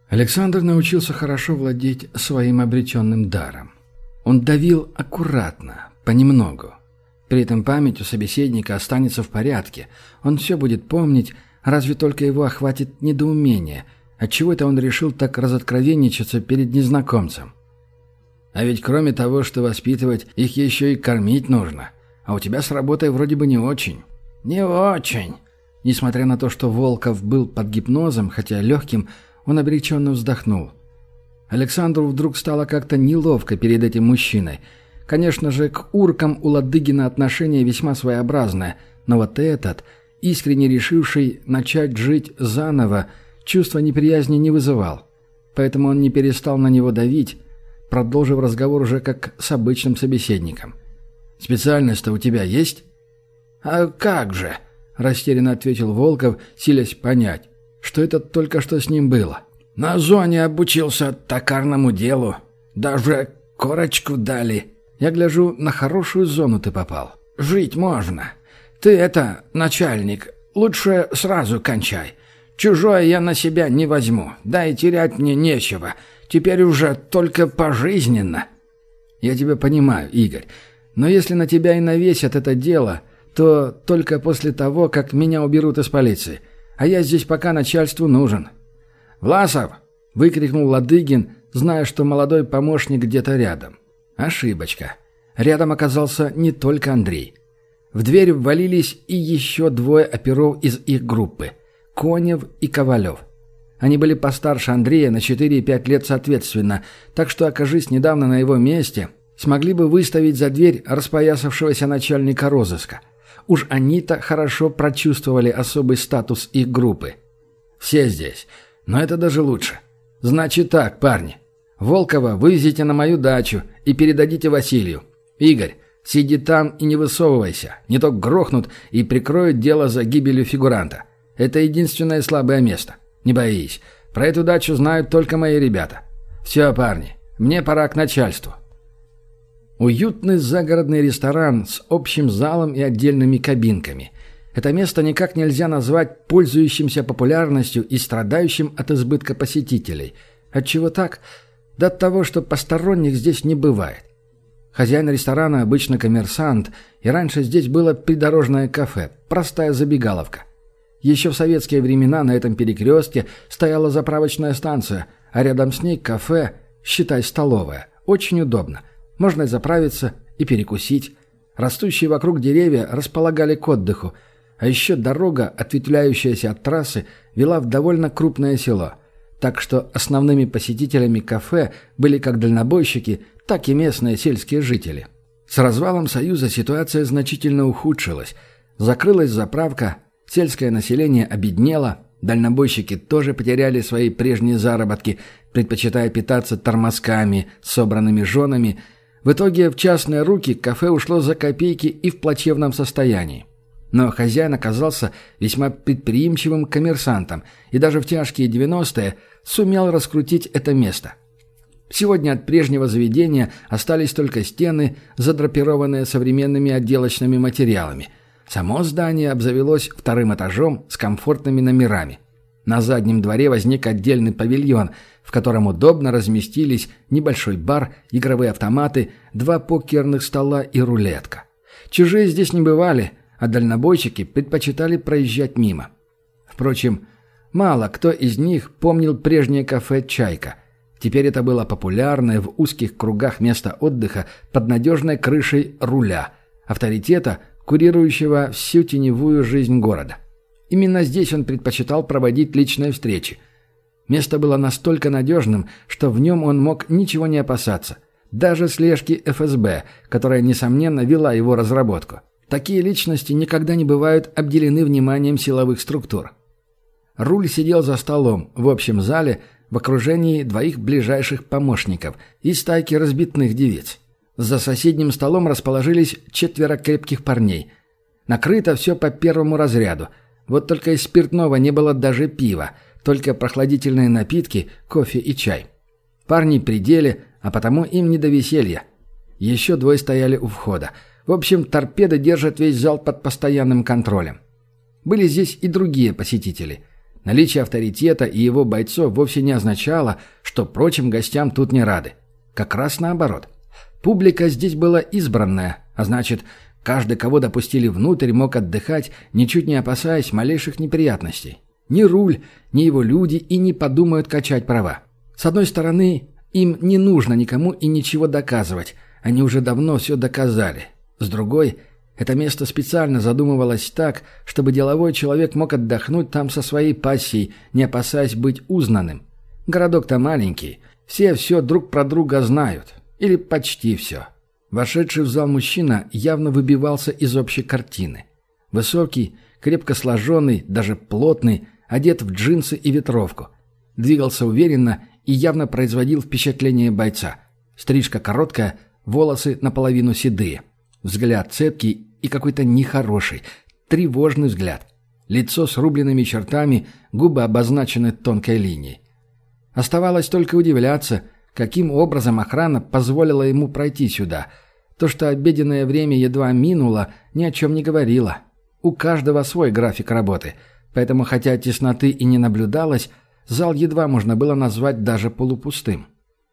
Александр научился хорошо владеть своим обретенным даром. Он давил аккуратно, понемногу. При этом память у собеседника останется в порядке. Он все будет помнить, разве только его охватит недоумение. Отчего это он решил так разоткровенничаться перед незнакомцем? А ведь кроме того, что воспитывать, их еще и кормить нужно. А у тебя с работой вроде бы не очень. Не очень. Несмотря на то, что Волков был под гипнозом, хотя легким, он обреченно вздохнул. Александру вдруг стало как-то неловко перед этим мужчиной. Конечно же, к уркам у Ладыгина отношение весьма своеобразное, но вот этот, искренне решивший начать жить заново, чувство неприязни не вызывал. Поэтому он не перестал на него давить, продолжив разговор уже как с обычным собеседником. «Специальность-то у тебя есть?» «А как же?» – растерянно ответил Волков, силясь понять, что это только что с ним было. «На зоне обучился токарному делу. Даже корочку дали. Я гляжу, на хорошую зону ты попал. Жить можно. Ты это, начальник, лучше сразу кончай. Чужое я на себя не возьму. Да и терять мне нечего. Теперь уже только пожизненно». «Я тебя понимаю, Игорь. Но если на тебя и навесят это дело, то только после того, как меня уберут из полиции. А я здесь пока начальству нужен». «Власов!» — выкрикнул Ладыгин, зная, что молодой помощник где-то рядом. Ошибочка. Рядом оказался не только Андрей. В дверь ввалились и еще двое оперов из их группы — Конев и Ковалев. Они были постарше Андрея на 4 и 5 лет соответственно, так что, окажись недавно на его месте, смогли бы выставить за дверь распоясавшегося начальника розыска. Уж они-то хорошо прочувствовали особый статус их группы. «Все здесь. Но это даже лучше. Значит так, парни. Волкова вывезите на мою дачу и передадите Василию. Игорь, сиди там и не высовывайся. Не то грохнут и прикроют дело за гибелью фигуранта. Это единственное слабое место. Не боись. Про эту дачу знают только мои ребята. Все, парни, мне пора к начальству». Уютный загородный ресторан с общим залом и отдельными кабинками. Это место никак нельзя назвать пользующимся популярностью и страдающим от избытка посетителей. Отчего так? Да от того, что посторонних здесь не бывает. Хозяин ресторана обычно коммерсант, и раньше здесь было придорожное кафе, простая забегаловка. Еще в советские времена на этом перекрестке стояла заправочная станция, а рядом с ней кафе, считай, столовая. Очень удобно. Можно и заправиться, и перекусить. Растущие вокруг деревья располагали к отдыху, а еще дорога, ответвляющаяся от трассы, вела в довольно крупное село. Так что основными посетителями кафе были как дальнобойщики, так и местные сельские жители. С развалом Союза ситуация значительно ухудшилась. Закрылась заправка, сельское население обеднело, дальнобойщики тоже потеряли свои прежние заработки, предпочитая питаться тормозками, собранными женами. В итоге в частные руки кафе ушло за копейки и в плачевном состоянии. Но хозяин оказался весьма предприимчивым коммерсантом и даже в тяжкие 90-е сумел раскрутить это место. Сегодня от прежнего заведения остались только стены, задрапированные современными отделочными материалами. Само здание обзавелось вторым этажом с комфортными номерами. На заднем дворе возник отдельный павильон, в котором удобно разместились небольшой бар, игровые автоматы, 2 покерных стола и рулетка. Чужие здесь не бывали, а дальнобойщики предпочитали проезжать мимо. Впрочем, мало кто из них помнил прежнее кафе «Чайка». Теперь это было популярное в узких кругах место отдыха под надежной крышей руля, авторитета, курирующего всю теневую жизнь города. Именно здесь он предпочитал проводить личные встречи. Место было настолько надежным, что в нем он мог ничего не опасаться. Даже слежки ФСБ, которая, несомненно, вела его разработку. Такие личности никогда не бывают обделены вниманием силовых структур. Руль сидел за столом в общем зале в окружении 2 ближайших помощников и стайки разбитных девиц. За соседним столом расположились 4 крепких парней. Накрыто все по первому разряду. Вот только из спиртного не было даже пива, только прохладительные напитки, кофе и чай. Парни при деле, а потому им не до веселья. Еще 2 стояли у входа. В общем, торпеды держат весь зал под постоянным контролем. Были здесь и другие посетители. Наличие авторитета и его бойцов вовсе не означало, что прочим гостям тут не рады. Как раз наоборот. Публика здесь была избранная, а значит, каждый, кого допустили внутрь, мог отдыхать, ничуть не опасаясь малейших неприятностей. Ни Руль, ни его люди и не подумают качать права. С одной стороны, им не нужно никому и ничего доказывать, они уже давно все доказали. С другой, это место специально задумывалось так, чтобы деловой человек мог отдохнуть там со своей пассией, не опасаясь быть узнанным. Городок-то маленький, все друг про друга знают. Или почти все. Вошедший в зал мужчина явно выбивался из общей картины. Высокий, крепко сложенный, даже плотный, одет в джинсы и ветровку. Двигался уверенно и явно производил впечатление бойца. Стрижка короткая, волосы наполовину седые. Взгляд цепкий и какой-то нехороший, тревожный взгляд. Лицо с рубленными чертами, губы обозначены тонкой линией. Оставалось только удивляться, каким образом охрана позволила ему пройти сюда. То, что обеденное время едва минуло, ни о чем не говорило. У каждого свой график работы, поэтому, хотя тесноты и не наблюдалось, зал едва можно было назвать даже полупустым.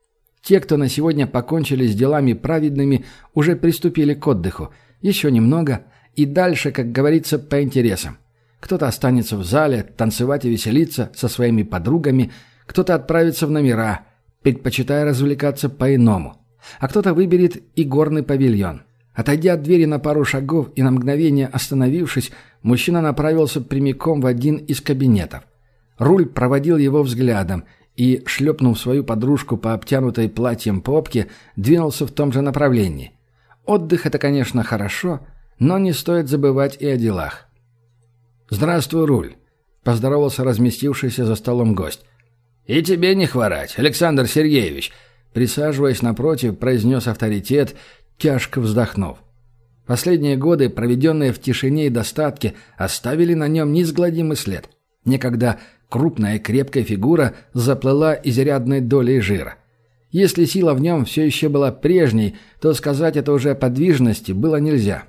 Те, кто на сегодня покончили с делами праведными, уже приступили к отдыху. Еще немного, и дальше, как говорится, по интересам. Кто-то останется в зале, танцевать и веселиться со своими подругами, кто-то отправится в номера, предпочитая развлекаться по-иному. А кто-то выберет и горный павильон. Отойдя от двери на пару шагов и на мгновение остановившись, мужчина направился прямиком в один из кабинетов. Руль проводил его взглядом и, шлепнув свою подружку по обтянутой платьем попке, двинулся в том же направлении. Отдых – это, конечно, хорошо, но не стоит забывать и о делах. «Здравствуй, Руль», – поздоровался разместившийся за столом гость. «И тебе не хворать, Александр Сергеевич», – присаживаясь напротив, произнес авторитет, тяжко вздохнув. Последние годы, проведенные в тишине и достатке, оставили на нем неизгладимый след. Некогда крупная и крепкая фигура заплыла изрядной долей жира. Если сила в нем все еще была прежней, то сказать это уже о подвижности было нельзя.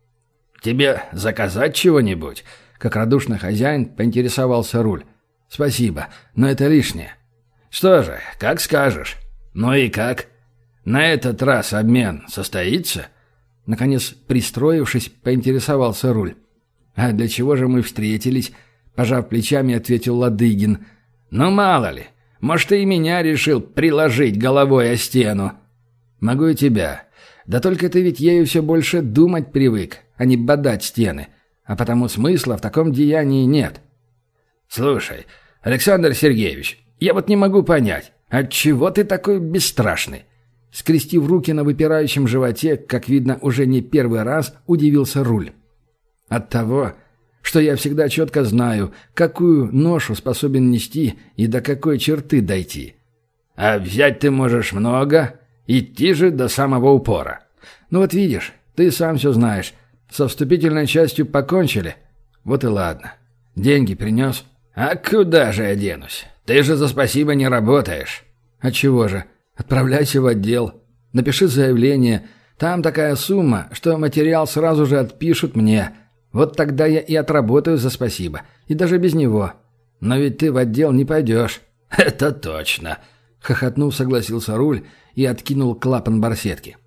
«Тебе заказать чего-нибудь?» — как радушный хозяин поинтересовался Руль. «Спасибо, но это лишнее». «Что же, как скажешь. Ну и как? На этот раз обмен состоится?» Наконец, пристроившись, поинтересовался Руль. «А для чего же мы встретились?» — пожав плечами, ответил Ладыгин. «Ну, мало ли. Может, ты и меня решил приложить головой о стену?» «Могу и тебя. Да только ты ведь ею все больше думать привык, а не бодать стены. А потому смысла в таком деянии нет». «Слушай, Александр Сергеевич, я вот не могу понять, отчего ты такой бесстрашный?» Скрестив руки на выпирающем животе, как видно, уже не первый раз, удивился Руль. «От того, что я всегда четко знаю, какую ношу способен нести и до какой черты дойти. А взять ты можешь много, идти же до самого упора. Ну вот видишь, ты сам все знаешь, со вступительной частью покончили. Вот и ладно. Деньги принес?» «А куда же я денусь? Ты же за спасибо не работаешь». «А чего же? Отправляйся в отдел. Напиши заявление. Там такая сумма, что материал сразу же отпишут мне. Вот тогда я и отработаю за спасибо. И даже без него. Но ведь ты в отдел не пойдешь». «Это точно», — хохотнув, согласился Руль и откинул клапан барсетки.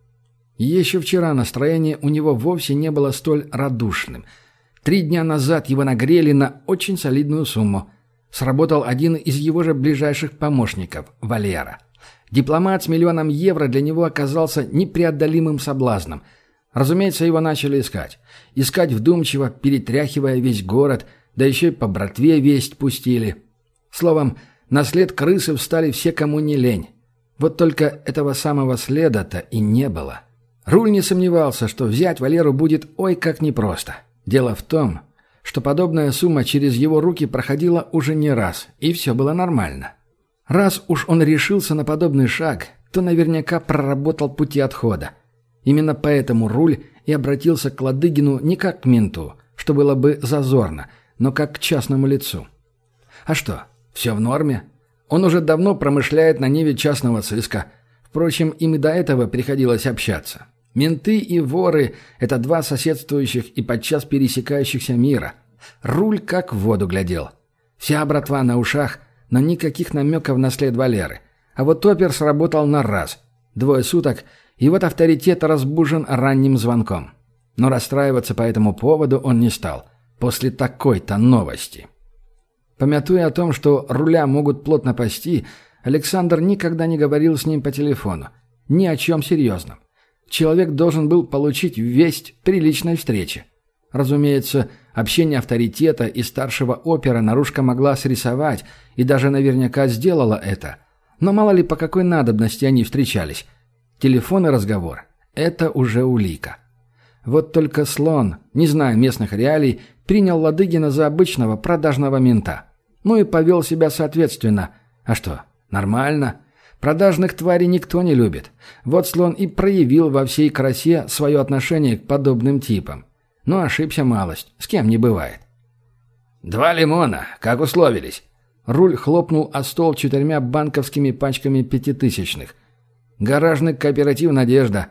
Еще вчера настроение у него вовсе не было столь радушным. 3 дня назад его нагрели на очень солидную сумму. Сработал один из его же ближайших помощников, Валера. Дипломат с €1 000 000 для него оказался непреодолимым соблазном. Разумеется, его начали искать. Искать вдумчиво, перетряхивая весь город, да еще и по братве весть пустили. Словом, на след крысы встали все, кому не лень. Вот только этого самого следа-то и не было. Руль не сомневался, что взять Валеру будет ой как непросто. Дело в том, что подобная сумма через его руки проходила уже не раз, и все было нормально. Раз уж он решился на подобный шаг, то наверняка проработал пути отхода. Именно поэтому Руль и обратился к Ладыгину не как к менту, что было бы зазорно, но как к частному лицу. А что, все в норме? Он уже давно промышляет на ниве частного сыска. Впрочем, им и до этого приходилось общаться. Менты и воры – это 2 соседствующих и подчас пересекающихся мира. Руль как в воду глядел. Вся братва на ушах, но никаких намеков на след Валеры. А вот опер сработал на раз. 2 суток, и вот авторитет разбужен ранним звонком. Но расстраиваться по этому поводу он не стал. После такой-то новости. Помятуя о том, что руля могут плотно пасти, Александр никогда не говорил с ним по телефону. Ни о чем серьезном. Человек должен был получить весть при личной встрече. Разумеется, общение авторитета и старшего опера наружка могла срисовать и даже наверняка сделала это. Но мало ли по какой надобности они встречались. Телефонный разговор – это уже улика. Вот только Слон, не зная местных реалий, принял Ладыгина за обычного продажного мента. Ну и повел себя соответственно. А что, нормально? Продажных тварей никто не любит. Вот Слон и проявил во всей красе свое отношение к подобным типам. Но ошибся малость, с кем не бывает. 2 лимона, как условились. Руль хлопнул о стол 4 банковскими пачками 5000-ных. Гаражный кооператив «Надежда»,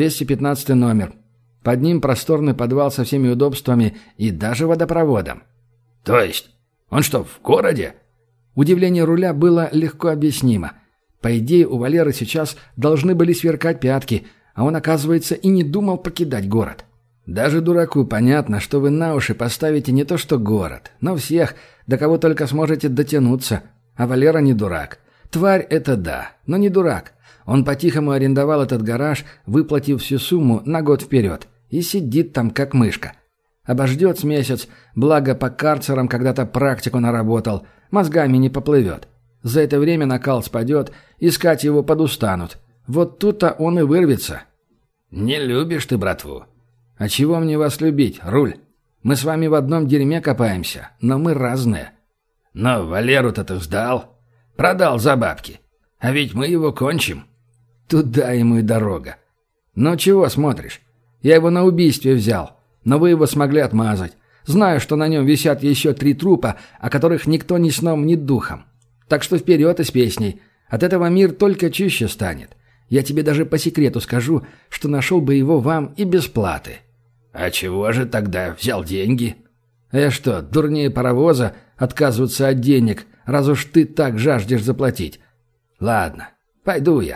215 номер. Под ним просторный подвал со всеми удобствами и даже водопроводом. То есть, он что, в городе? Удивление руля было легко объяснимо. По идее, у Валеры сейчас должны были сверкать пятки, а он, оказывается, и не думал покидать город. Даже дураку понятно, что вы на уши поставите не то что город, но всех, до кого только сможете дотянуться. А Валера не дурак. Тварь — это да, но не дурак. Он по-тихому арендовал этот гараж, выплатив всю сумму на год вперед, и сидит там как мышка. Обождет с месяц, благо по карцерам когда-то практику наработал, мозгами не поплывет. За это время накал спадет, искать его подустанут. Вот тут-то он и вырвется. «Не любишь ты братву?» «А чего мне вас любить, Руль? Мы с вами в одном дерьме копаемся, но мы разные». «Но Валеру-то ты сдал. Продал за бабки. А ведь мы его кончим». «Туда ему и дорога». «Ну чего смотришь? Я его на убийстве взял, но вы его смогли отмазать. Знаю, что на нем висят еще 3 трупа, о которых никто ни сном, ни духом. Так что вперед и с песней. От этого мир только чище станет. Я тебе даже по секрету скажу, что нашел бы его вам и без платы». «А чего же тогда взял деньги?» «Я что, дурнее паровоза отказываться от денег, раз уж ты так жаждешь заплатить? Ладно, пойду я».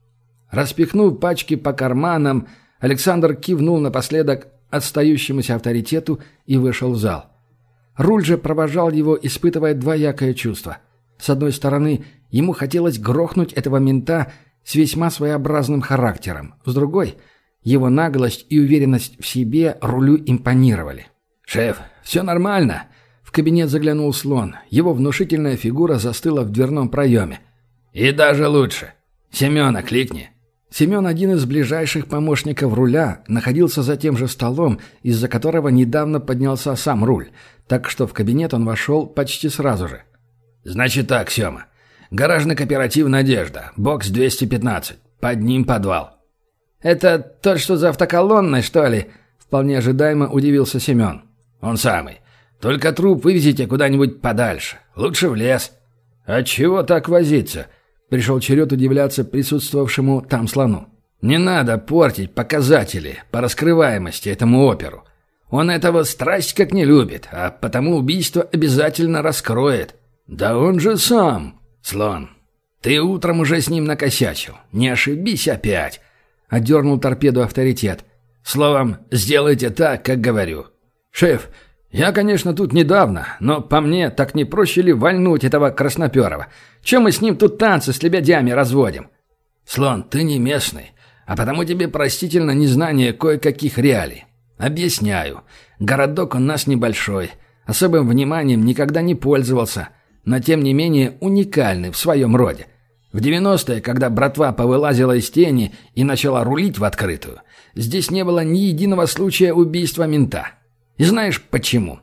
Распихнув пачки по карманам, Александр кивнул напоследок отстающемуся авторитету и вышел в зал. Руль же провожал его, испытывая двоякое чувство. С одной стороны, ему хотелось грохнуть этого мента с весьма своеобразным характером. С другой, его наглость и уверенность в себе рулю импонировали. «Шеф, все нормально?» В кабинет заглянул Слон. Его внушительная фигура застыла в дверном проеме. «И даже лучше. Семена кликни». Семен, один из ближайших помощников руля, находился за тем же столом, из-за которого недавно поднялся сам руль, так что в кабинет он вошел почти сразу же. «Значит так, Сема. Гаражный кооператив «Надежда», бокс 215. Под ним подвал». «Это тот, что за автоколонной, что ли?» Вполне ожидаемо удивился Семен. «Он самый. Только труп вывезите куда-нибудь подальше. Лучше в лес». «А чего так возиться?» Пришел черед удивляться присутствовавшему там Слону. «Не надо портить показатели по раскрываемости этому оперу. Он этого страсть как не любит, а потому убийство обязательно раскроет». «Да он же сам!» «Слон, ты утром уже с ним накосячил. Не ошибись опять!» Отдернул торпеду авторитет. «Словом, сделайте так, как говорю». «Шеф, я, конечно, тут недавно, но по мне, так не проще ли вальнуть этого красноперого? Чем мы с ним тут танцы с лебедями разводим?» «Слон, ты не местный, а потому тебе простительно незнание кое-каких реалий. Объясняю. Городок у нас небольшой, особым вниманием никогда не пользовался, но тем не менее уникальный в своем роде. В 90-е, когда братва повылазила из тени и начала рулить в открытую, здесь не было ни единого случая убийства мента. И знаешь почему?»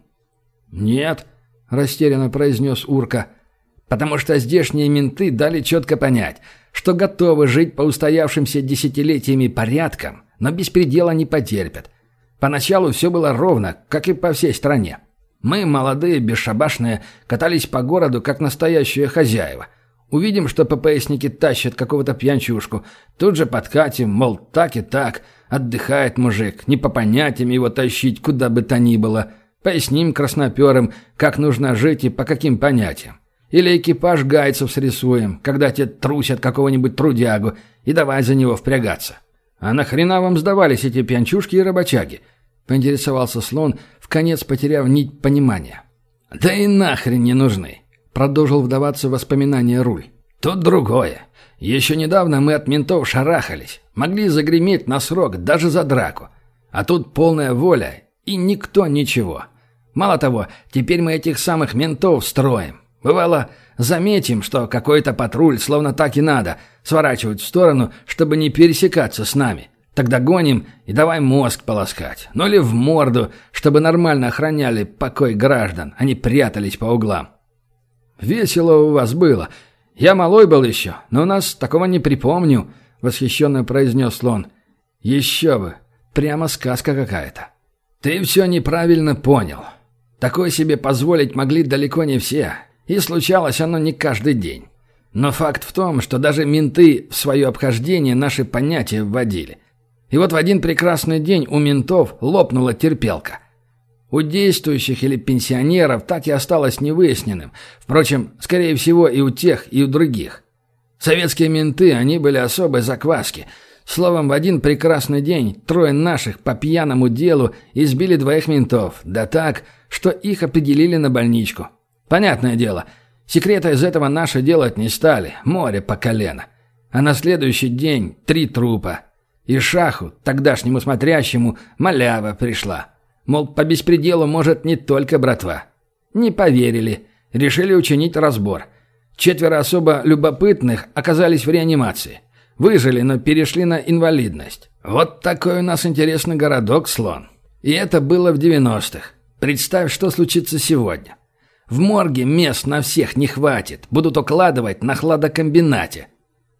«Нет», — растерянно произнес Урка. «Потому что здешние менты дали четко понять, что готовы жить по устоявшимся десятилетиями порядкам, но беспредела не потерпят. Поначалу все было ровно, как и по всей стране. Мы, молодые, бесшабашные, катались по городу, как настоящие хозяева. Увидим, что ППСники тащат какого-то пьянчушку, тут же подкатим, мол, так и так, отдыхает мужик, не по понятиям его тащить куда бы то ни было. Поясним красноперым, как нужно жить и по каким понятиям. Или экипаж гайцев срисуем, когда те трусят какого-нибудь трудягу, и давай за него впрягаться. А нахрена вам сдавались эти пьянчушки и работяги? Поинтересовался Слон, вконец потеряв нить понимания. Да и нахрен не нужны, продолжил вдаваться в воспоминания Руль. Тут другое. Еще недавно мы от ментов шарахались, могли загреметь на срок даже за драку. А тут полная воля, и никто ничего. Мало того, теперь мы этих самых ментов строим. Бывало, заметим, что какой-то патруль, словно так и надо, сворачивает в сторону, чтобы не пересекаться с нами. Тогда гоним и давай мозг полоскать. Ну или в морду, чтобы нормально охраняли покой граждан, а не прятались по углам. Весело у вас было. Я малой был еще, но у нас такого не припомню, восхищенно произнес Слон. Еще бы, прямо сказка какая-то. Ты все неправильно понял. Такое себе позволить могли далеко не все, и случалось оно не каждый день. Но факт в том, что даже менты в свое обхождение наши понятия вводили. И вот в один прекрасный день у ментов лопнула терпелка. У действующих или пенсионеров так и осталось невыясненным. Впрочем, скорее всего, и у тех, и у других. Советские менты, они были особой закваски. Словом, в один прекрасный день 3 наших по пьяному делу избили 2 ментов. Да так, что их определили на больничку. Понятное дело, секрета из этого наши делать не стали. Море по колено. А на следующий день 3 трупа. И Шаху, тогдашнему смотрящему, малява пришла. Мол, по беспределу может не только братва. Не поверили. Решили учинить разбор. 4 особо любопытных оказались в реанимации. Выжили, но перешли на инвалидность. Вот такой у нас интересный городок, Слон. И это было в 90-х. Представь, что случится сегодня. В морге мест на всех не хватит. Будут укладывать на хладокомбинате.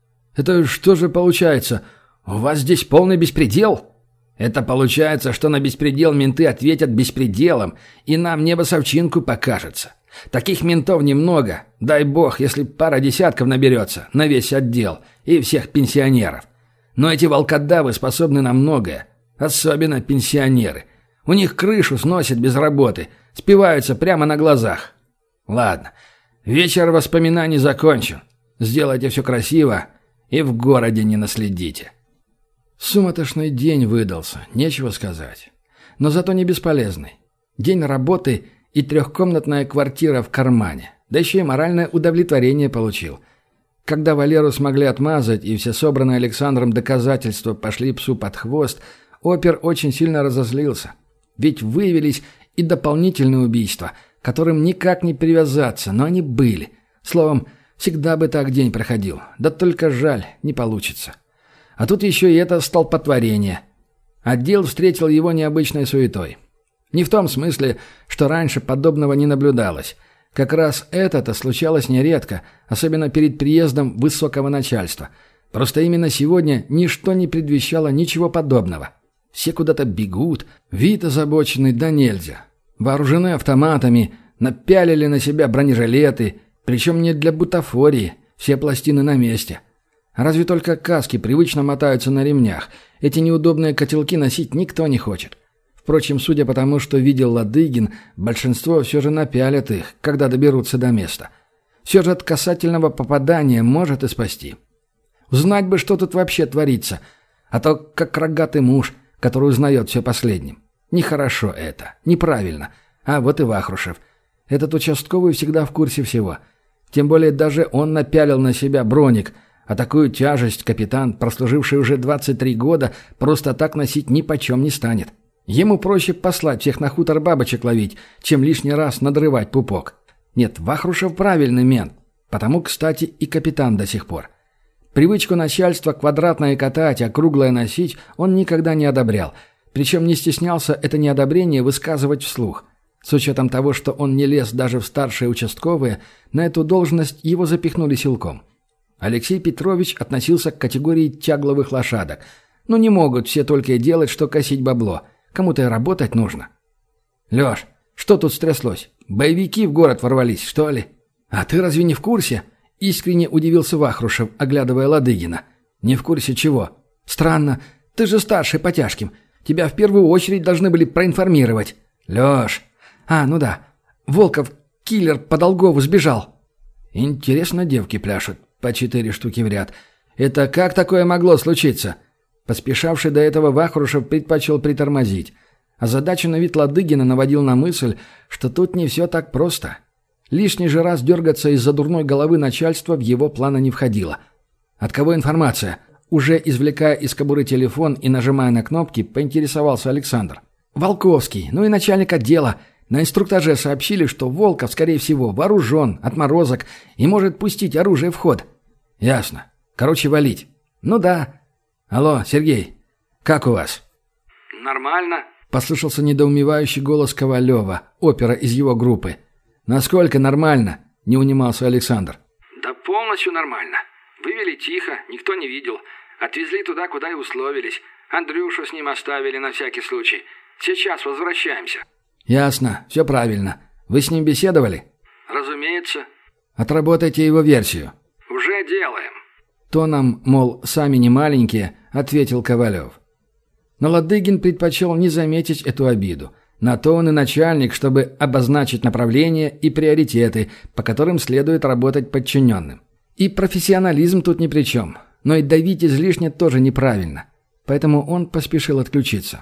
Это что же получается? У вас здесь полный беспредел? Это получается, что на беспредел менты ответят беспределом, и нам небо с овчинку покажется. Таких ментов немного, дай бог, если пара десятков наберется на весь отдел и всех пенсионеров. Но эти волкодавы способны на многое, особенно пенсионеры. У них крышу сносят без работы, спиваются прямо на глазах. Ладно, вечер воспоминаний закончен. Сделайте все красиво и в городе не наследите. Суматошный день выдался, нечего сказать. Но зато не бесполезный. День работы и 3-комнатная квартира в кармане. Да еще и моральное удовлетворение получил. Когда Валеру смогли отмазать и все собранные Александром доказательства пошли псу под хвост, опер очень сильно разозлился. Ведь выявились и дополнительные убийства, к которым никак не привязаться, но они были. Словом, всегда бы так день проходил. Да только жаль, не получится. А тут еще и это столпотворение. Отдел встретил его необычной суетой. Не в том смысле, что раньше подобного не наблюдалось. Как раз это-то случалось нередко, особенно перед приездом высокого начальства. Просто именно сегодня ничто не предвещало ничего подобного. Все куда-то бегут, вид озабоченный да нельзя. Вооружены автоматами, напялили на себя бронежилеты, причем не для бутафории, все пластины на месте. Разве только каски привычно мотаются на ремнях. Эти неудобные котелки носить никто не хочет. Впрочем, судя по тому, что видел Ладыгин, большинство все же напялят их, когда доберутся до места. Все же от касательного попадания может и спасти. Узнать бы, что тут вообще творится. А то как рогатый муж, который узнает все последним. Нехорошо это, неправильно. А вот и Вахрушев. Этот участковый всегда в курсе всего. Тем более даже он напялил на себя броник, а такую тяжесть капитан, прослуживший уже 23 года, просто так носить ни почем не станет. Ему проще послать всех на хутор бабочек ловить, чем лишний раз надрывать пупок. Нет, Вахрушев правильный мент, потому, кстати, и капитан до сих пор. Привычку начальства квадратное катать, а круглое носить он никогда не одобрял, причем не стеснялся это неодобрение высказывать вслух. С учетом того, что он не лез даже в старшие участковые, на эту должность его запихнули силком. Алексей Петрович относился к категории тягловых лошадок. Но не могут все только и делать, что косить бабло. Кому-то и работать нужно. «Лёш, что тут стряслось? Боевики в город ворвались, что ли?» «А ты разве не в курсе?» Искренне удивился Вахрушев, оглядывая Ладыгина. «Не в курсе чего?» «Странно. Ты же старший по тяжким. Тебя в первую очередь должны были проинформировать». «Лёш, Ну да. Волков, киллер, по Долгову сбежал». «Интересно, девки пляшут. По 4 штуки в ряд. Это как такое могло случиться?» Поспешавший до этого Вахрушев предпочел притормозить. Озадаченный вид Ладыгина наводил на мысль, что тут не все так просто. Лишний же раз дергаться из-за дурной головы начальства в его планы не входило. «От кого информация?» Уже извлекая из кобуры телефон и нажимая на кнопки, поинтересовался Александр. «Волковский, и начальник отдела. На инструктаже сообщили, что Волков, скорее всего, вооружен, отморозок и может пустить оружие в ход». «Ясно. Короче, валить». «Ну да». «Алло, Сергей, как у вас?» «Нормально», — послышался недоумевающий голос Ковалева, опера из его группы. «Насколько нормально?» — не унимался Александр. «Да полностью нормально. Вывели тихо, никто не видел. Отвезли туда, куда и условились. Андрюшу с ним оставили на всякий случай. Сейчас возвращаемся». «Ясно, все правильно. Вы с ним беседовали?» «Разумеется». «Отработайте его версию». «Уже делаем». Тоном, мол, сами не маленькие, ответил Ковалев. Но Ладыгин предпочел не заметить эту обиду. На то он и начальник, чтобы обозначить направление и приоритеты, по которым следует работать подчиненным. И профессионализм тут ни при чем, но и давить излишне тоже неправильно. Поэтому он поспешил отключиться.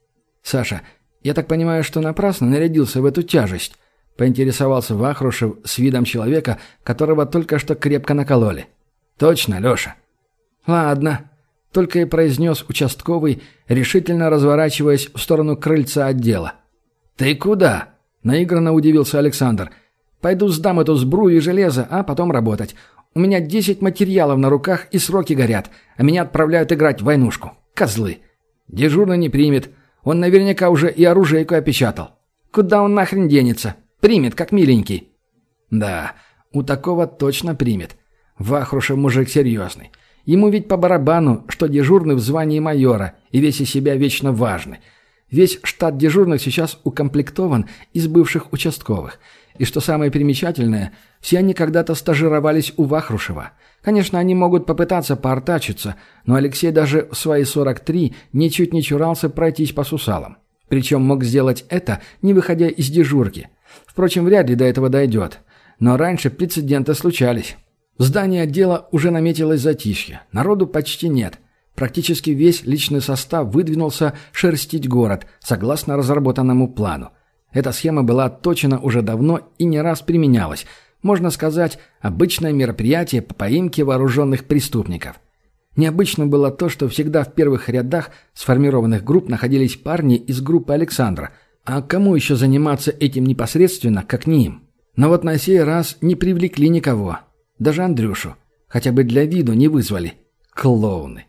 «Саша, я так понимаю, что напрасно нарядился в эту тяжесть?» — поинтересовался Вахрушев с видом человека, которого только что крепко накололи. «Точно, Леша». «Ладно», — только и произнес участковый, решительно разворачиваясь в сторону крыльца отдела. «Ты куда?» — наигранно удивился Александр. «Пойду сдам эту сбрую и железо, а потом работать. У меня 10 материалов на руках и сроки горят, а меня отправляют играть в войнушку. Козлы. Дежурный не примет. Он наверняка уже и оружейку опечатал. Куда он нахрен денется? Примет, как миленький». «Да, у такого точно примет. Вахрушев мужик серьезный. Ему ведь по барабану, что дежурный в звании майора и весь из себя вечно важный. Весь штат дежурных сейчас укомплектован из бывших участковых. И что самое примечательное, все они когда-то стажировались у Вахрушева. Конечно, они могут попытаться поортачиться, но Алексей даже в свои 43 ничуть не чурался пройтись по сусалам. Причем мог сделать это, не выходя из дежурки. Впрочем, вряд ли до этого дойдет. Но раньше прецеденты случались. В здании отдела уже наметилось затишье. Народу почти нет. Практически весь личный состав выдвинулся шерстить город, согласно разработанному плану. Эта схема была отточена уже давно и не раз применялась. Можно сказать, обычное мероприятие по поимке вооруженных преступников. Необычно было то, что всегда в первых рядах сформированных групп находились парни из группы Александра. А кому еще заниматься этим непосредственно, как не им? Но вот на сей раз не привлекли никого. Даже Андрюшу. Хотя бы для виду не вызвали. Клоуны.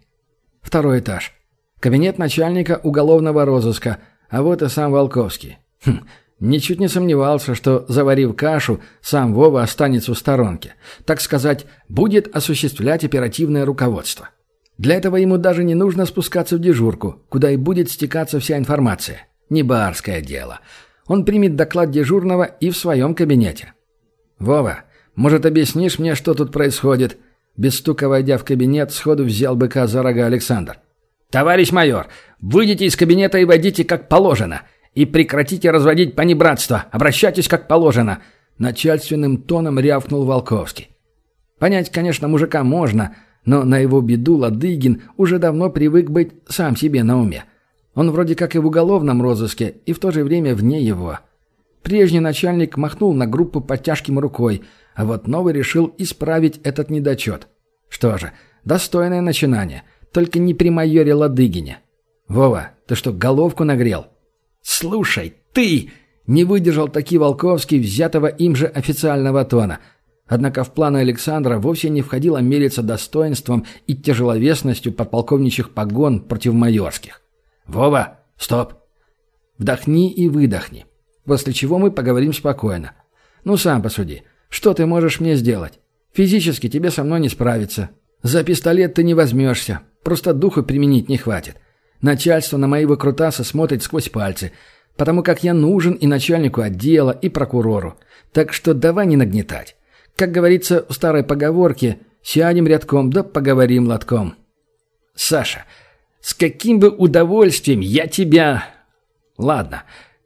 2 этаж. Кабинет начальника уголовного розыска, а вот и сам Волковский. Ничуть не сомневался, что, заварив кашу, сам Вова останется в сторонке. Так сказать, будет осуществлять оперативное руководство. Для этого ему даже не нужно спускаться в дежурку, куда и будет стекаться вся информация. Не барское дело. Он примет доклад дежурного и в своем кабинете. «Вова, может, объяснишь мне, что тут происходит?» Без стука войдя в кабинет, сходу взял быка за рога Александр. «Товарищ майор, выйдите из кабинета и войдите как положено. И прекратите разводить панибратство. Обращайтесь как положено», — начальственным тоном рявкнул Волковский. Понять, конечно, мужика можно, но на его беду Ладыгин уже давно привык быть сам себе на уме. Он вроде как и в уголовном розыске, и в то же время вне его. Прежний начальник махнул на группу подтяжким рукой, а вот новый решил исправить этот недочет. Что же, достойное начинание, только не при майоре Ладыгине. «Вова, ты что, головку нагрел?» «Слушай, ты!» — не выдержал таки Волковский взятого им же официального тона. Однако в планы Александра вовсе не входило мериться достоинством и тяжеловесностью подполковничьих погон против майорских. «Вова, стоп! Вдохни и выдохни, после чего мы поговорим спокойно. Ну, сам посуди, что ты можешь мне сделать? Физически тебе со мной не справиться. За пистолет ты не возьмешься, просто духу применить не хватит. Начальство на мои выкрутасы смотрит сквозь пальцы, потому как я нужен и начальнику отдела, и прокурору. Так что давай не нагнетать. Как говорится в старой поговорке, сядем рядком, да поговорим лотком». «Саша, с каким бы удовольствием я тебя...» «Ладно,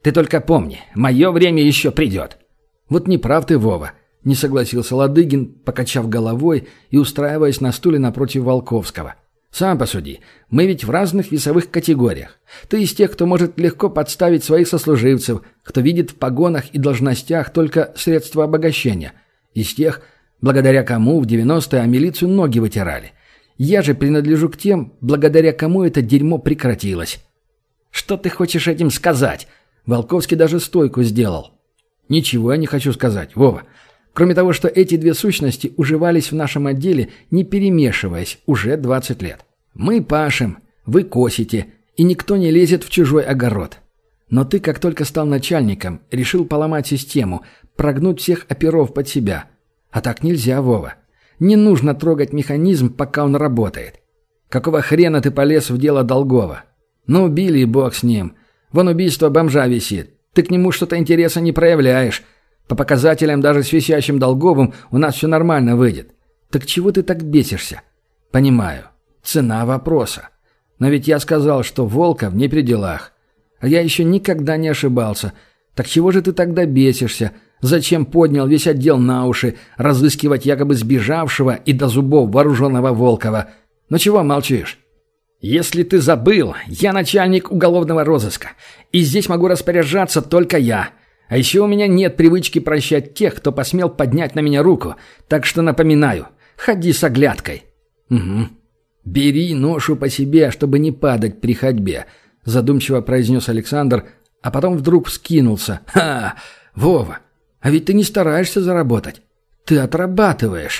Ты только помни, мое время еще придет». «Вот не прав ты, Вова», — не согласился Ладыгин, покачав головой и устраиваясь на стуле напротив Волковского. «Сам посуди, мы ведь в разных весовых категориях. Ты из тех, кто может легко подставить своих сослуживцев, кто видит в погонах и должностях только средства обогащения. Из тех, благодаря кому в 90-е о милицию ноги вытирали. Я же принадлежу к тем, благодаря кому это дерьмо прекратилось». «Что ты хочешь этим сказать?» Волковский даже стойку сделал. «Ничего я не хочу сказать, Вова. Кроме того, что эти две сущности уживались в нашем отделе, не перемешиваясь, уже 20 лет. Мы пашем, вы косите, и никто не лезет в чужой огород. Но ты, как только стал начальником, решил поломать систему, прогнуть всех оперов под себя. А так нельзя, Вова. Не нужно трогать механизм, пока он работает. Какого хрена ты полез в дело Долгова? Ну, убили, и бог с ним. Вон убийство бомжа висит. Ты к нему что-то интереса не проявляешь. По показателям даже с висящим Долговым у нас все нормально выйдет. Так чего ты так бесишься? Понимаю. Цена вопроса. Но ведь я сказал, что Волков не при делах. А я еще никогда не ошибался. Так чего же ты тогда бесишься? Зачем поднял весь отдел на уши, разыскивать якобы сбежавшего и до зубов вооруженного Волкова? Ну чего молчишь? «Если ты забыл, я начальник уголовного розыска, и здесь могу распоряжаться только я. А еще у меня нет привычки прощать тех, кто посмел поднять на меня руку, так что напоминаю, ходи с оглядкой». «Угу. Бери ношу по себе, чтобы не падать при ходьбе», — задумчиво произнес Александр, а потом вдруг вскинулся. «Ха! Вова, а ведь ты не стараешься заработать. Ты отрабатываешь».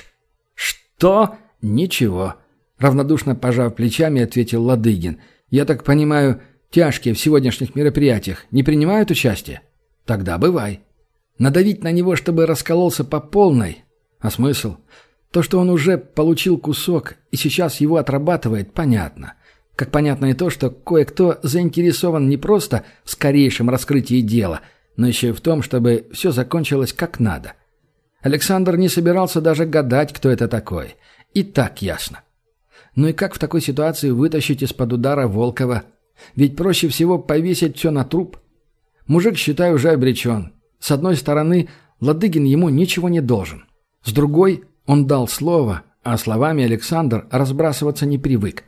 «Что?» «Ничего». Равнодушно пожав плечами, ответил Ладыгин. «Я так понимаю, тяжкие в сегодняшних мероприятиях не принимают участие? Тогда бывай. Надавить на него, чтобы раскололся по полной? А смысл? То, что он уже получил кусок и сейчас его отрабатывает, понятно. Как понятно и то, что кое-кто заинтересован не просто в скорейшем раскрытии дела, но еще и в том, чтобы все закончилось как надо. Александр не собирался даже гадать, кто это такой. И так ясно. Ну и как в такой ситуации вытащить из-под удара Волкова? Ведь проще всего повесить все на труп. Мужик, считай, уже обречен. С одной стороны, Ладыгин ему ничего не должен. С другой, он дал слово, а словами Александр разбрасываться не привык.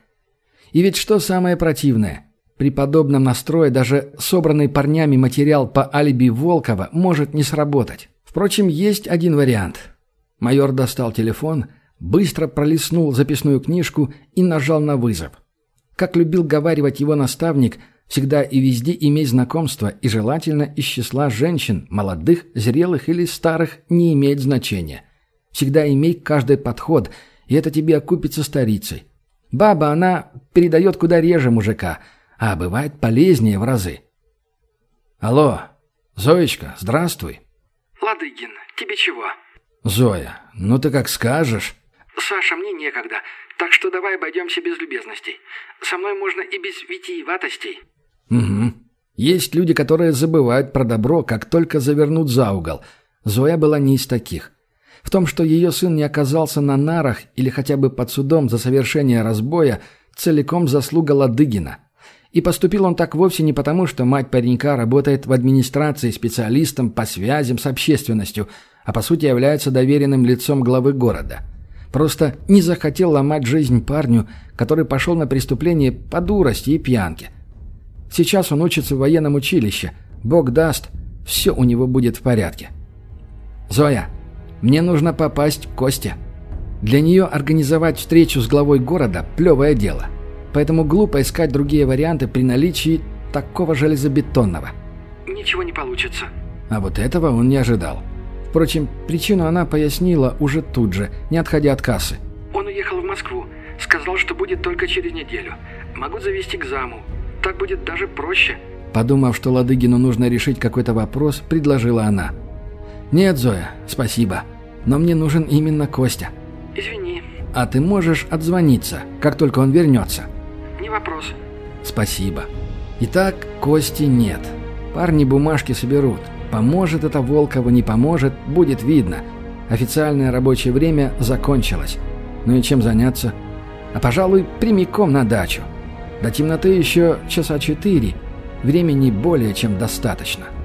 И ведь что самое противное? При подобном настрое даже собранный парнями материал по алиби Волкова может не сработать. Впрочем, есть один вариант. Майор достал телефон, быстро пролистнул записную книжку и нажал на вызов. Как любил говаривать его наставник, всегда и везде имей знакомства, и желательно из числа женщин, молодых, зрелых или старых, не имеет значения. Всегда имей каждый подход, и это тебе окупится старицей. Баба, она передает куда реже мужика, а бывает полезнее в разы. «Алло, Зоечка, здравствуй». «Ладыгин, тебе чего?» «Зоя, ну ты как скажешь». «Саша, мне некогда, так что давай обойдемся без любезностей. Со мной можно и без витиеватостей». «Угу. Есть люди, которые забывают про добро, как только завернут за угол. Зоя была не из таких. В том, что ее сын не оказался на нарах или хотя бы под судом за совершение разбоя, целиком заслуга Ладыгина. И поступил он так вовсе не потому, что мать паренька работает в администрации специалистом по связям с общественностью, а по сути является доверенным лицом главы города. Просто не захотел ломать жизнь парню, который пошел на преступление по дурости и пьянке. Сейчас он учится в военном училище. Бог даст, все у него будет в порядке. «Зоя, мне нужно попасть к Косте. Для нее организовать встречу с главой города – плевое дело. Поэтому глупо искать другие варианты при наличии такого железобетонного». «Ничего не получится». А вот этого он не ожидал. Впрочем, причину она пояснила уже тут же, не отходя от кассы. «Он уехал в Москву. Сказал, что будет только через неделю. Могу завести к заму. Так будет даже проще». Подумав, что Ладыгину нужно решить какой-то вопрос, предложила она. «Нет, Зоя, спасибо. Но мне нужен именно Костя». «Извини». «А ты можешь отзвониться, как только он вернется?» «Не вопрос». «Спасибо. Итак, Кости нет. Парни бумажки соберут. Поможет это Волкову, не поможет, будет видно. Официальное рабочее время закончилось. Ну и чем заняться? А, пожалуй, прямиком на дачу. До темноты еще часа 4. Времени более чем достаточно.